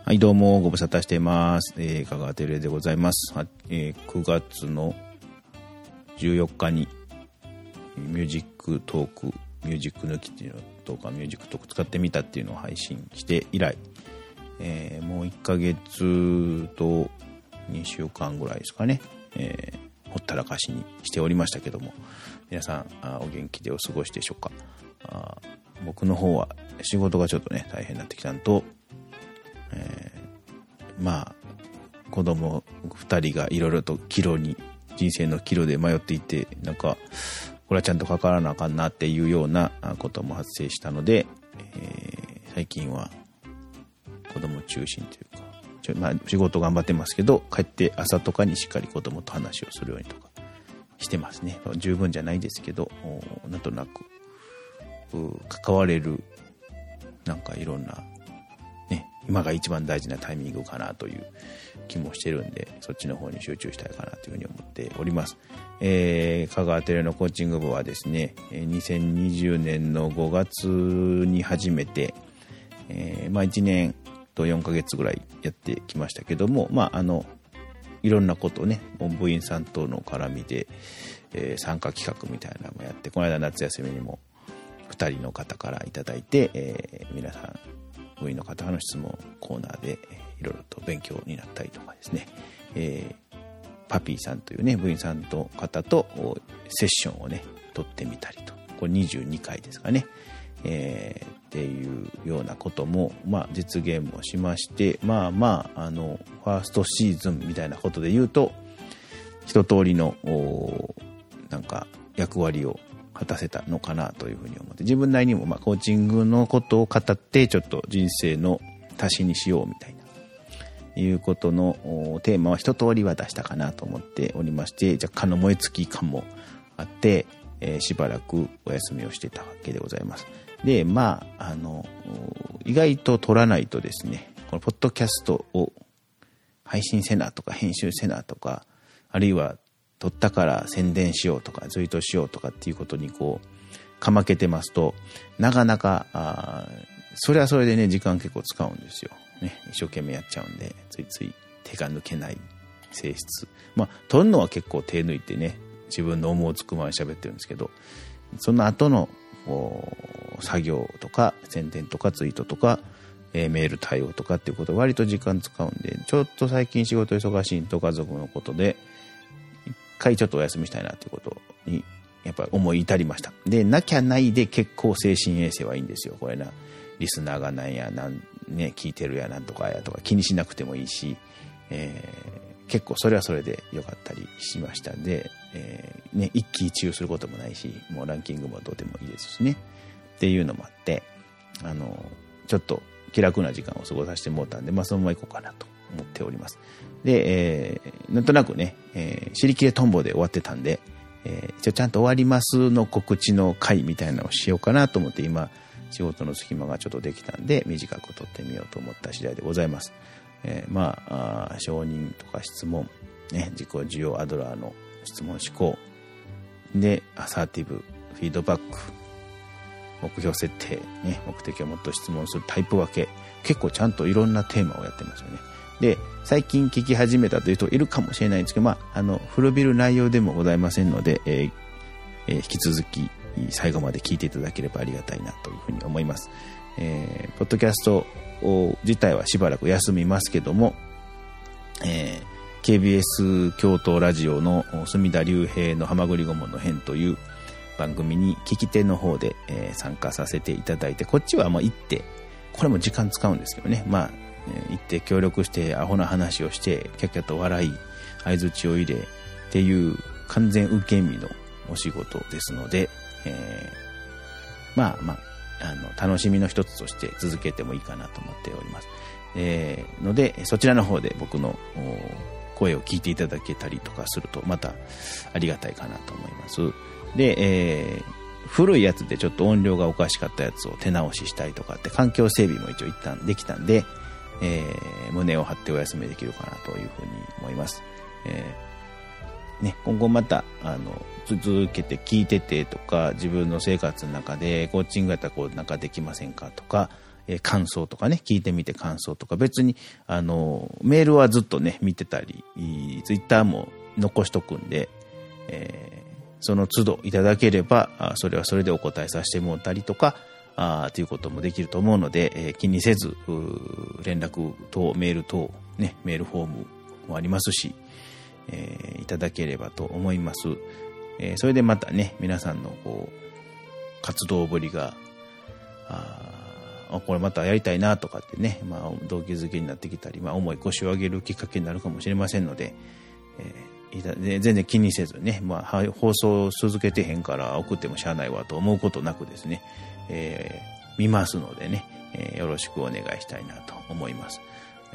はい、どうもご無沙汰しています。香川照江でございます。9月の14日にミュージックトーク、ミュージック抜きっていうのとかミュージックトーク使ってみたっていうのを配信して以来、もう1ヶ月と2週間ぐらいですかね、ほったらかしにしておりましたけども、皆さんお元気でお過ごしでしょうか。僕の方は仕事がちょっとね大変になってきたのと、子供2人がいろいろと人生の岐路で迷っていて、なんかこれはちゃんと関わらなあかんなっていうようなことも発生したので、最近は子供中心というか、仕事頑張ってますけど、帰って朝とかにしっかり子供と話をするようにとかしてますね。十分じゃないですけど、なんとなく関われる、なんかいろんなね、今が一番大事なタイミングかなという気もしてるんで、そっちの方に集中したいかなというふうに思っております。香川照江のコーチング部はですね、2020年の5月に始めて、1年と4ヶ月ぐらいやってきましたけども、いろんなことをね、部員さんとの絡みで、参加企画みたいなのもやって、この間夏休みにも2人の方からいただいて、皆さん部員の方の質問コーナーでいろいろと勉強になったりとかですね、パピーさんというね部員さんと方とセッションをね取ってみたりと、これ22回ですかね、っていうようなことも実現もしまして、ファーストシーズンみたいなことで言うと一通りのなんか役割を果たせたのかなというふうに思って、自分なりにもコーチングのことを語ってちょっと人生の足しにしようみたいないうことのテーマは一通りは出したかなと思っておりまして、若干の燃え尽き感もあって、しばらくお休みをしてたわけでございます。で意外と撮らないとですね、このポッドキャストを配信せなとか編集せなとか、あるいは撮ったから宣伝しようとかツイートしようとかっていうことにかまけてますと、なかなかそれはそれでね時間結構使うんですよね。一生懸命やっちゃうんでついつい手が抜けない性質。撮るのは結構手抜いてね、自分の思うつくままに喋ってるんですけど、その後の作業とか宣伝とかツイートとか、メール対応とかっていうことは割と時間使うんで、ちょっと最近仕事忙しいと家族のことで一回ちょっとお休みしたいなということにやっぱり思い至りました。で、なきゃないで結構精神衛生はいいんですよ。これな、リスナーが聞いてるやなんとかやとか気にしなくてもいいし、結構それはそれで良かったりしましたんで、一喜一憂することもないし、もうランキングもどうでもいいですしねっていうのもあって、ちょっと気楽な時間を過ごさせてもらったんで、そのまま行こうかなと思っております。で、なんとなくね、尻切れトンボで終わってたんで、一応ちゃんと終わりますの告知の回みたいなのをしようかなと思って、今仕事の隙間がちょっとできたんで短く撮ってみようと思った次第でございます。承認とか質問、自己需要アドラーの質問思考で、アサーティブ、フィードバック、目標設定、目的をもっと質問するタイプ分け、結構ちゃんといろんなテーマをやってますよね。で、最近聞き始めたという人いるかもしれないんですけど、古びる内容でもございませんので、引き続き最後まで聞いていただければありがたいなというふうに思います。ポッドキャスト自体はしばらく休みますけども、KBS 京都ラジオの隅田隆平のはまぐり顧問の編という番組に聞き手の方で、参加させていただいて、こっちは行って、これも時間使うんですけどね、行って協力してアホな話をしてキャッキャと笑い相槌を入れっていう完全受け身のお仕事ですので、楽しみの一つとして続けてもいいかなと思っております。のでそちらの方で僕の声を聞いていただけたりとかするとまたありがたいかなと思います。で、古いやつでちょっと音量がおかしかったやつを手直ししたりとかって環境整備も一応一旦できたんで、胸を張ってお休みできるかなというふうに思います。今後また続けて聞いててとか、自分の生活の中でコーチングやったらなんかできませんかとか、 感想とかね、聞いてみて感想とか、別に、メールはずっとね、見てたり、ツイッターも残しとくんで、その都度いただければ、それはそれでお答えさせてもらったりとか、ということもできると思うので、気にせず、連絡等、メール等、ね、メールフォームもありますし、いただければと思います。それでまたね、皆さんのこう、活動ぶりが、これまたやりたいなとかってね、動機づけになってきたり、重い腰を上げるきっかけになるかもしれませんので、全然気にせずね、放送続けてへんから送ってもしゃあないわと思うことなくですね、見ますのでね、よろしくお願いしたいなと思います。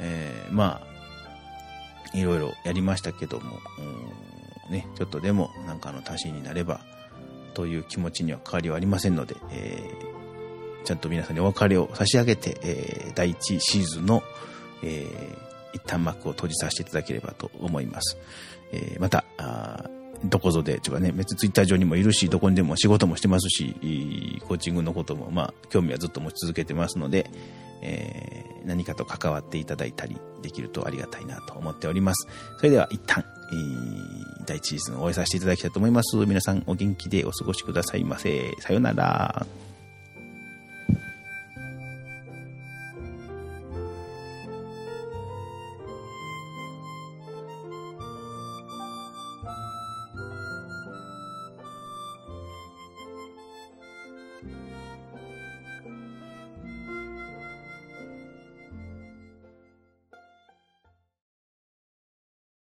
いろいろやりましたけども、ね、ちょっとでもなんか足しになればという気持ちには変わりはありませんので、ちゃんと皆さんにお別れを差し上げて、第1シーズンの、一旦幕を閉じさせていただければと思います。また、どこぞで、別にツイッター上にもいるし、どこにでも仕事もしてますし、コーチングのことも、興味はずっと持ち続けてますので、何かと関わっていただいたりできるとありがたいなと思っております。それでは一旦、第1シーズンを終えさせていただきたいと思います。皆さんお元気でお過ごしくださいませ。さようなら。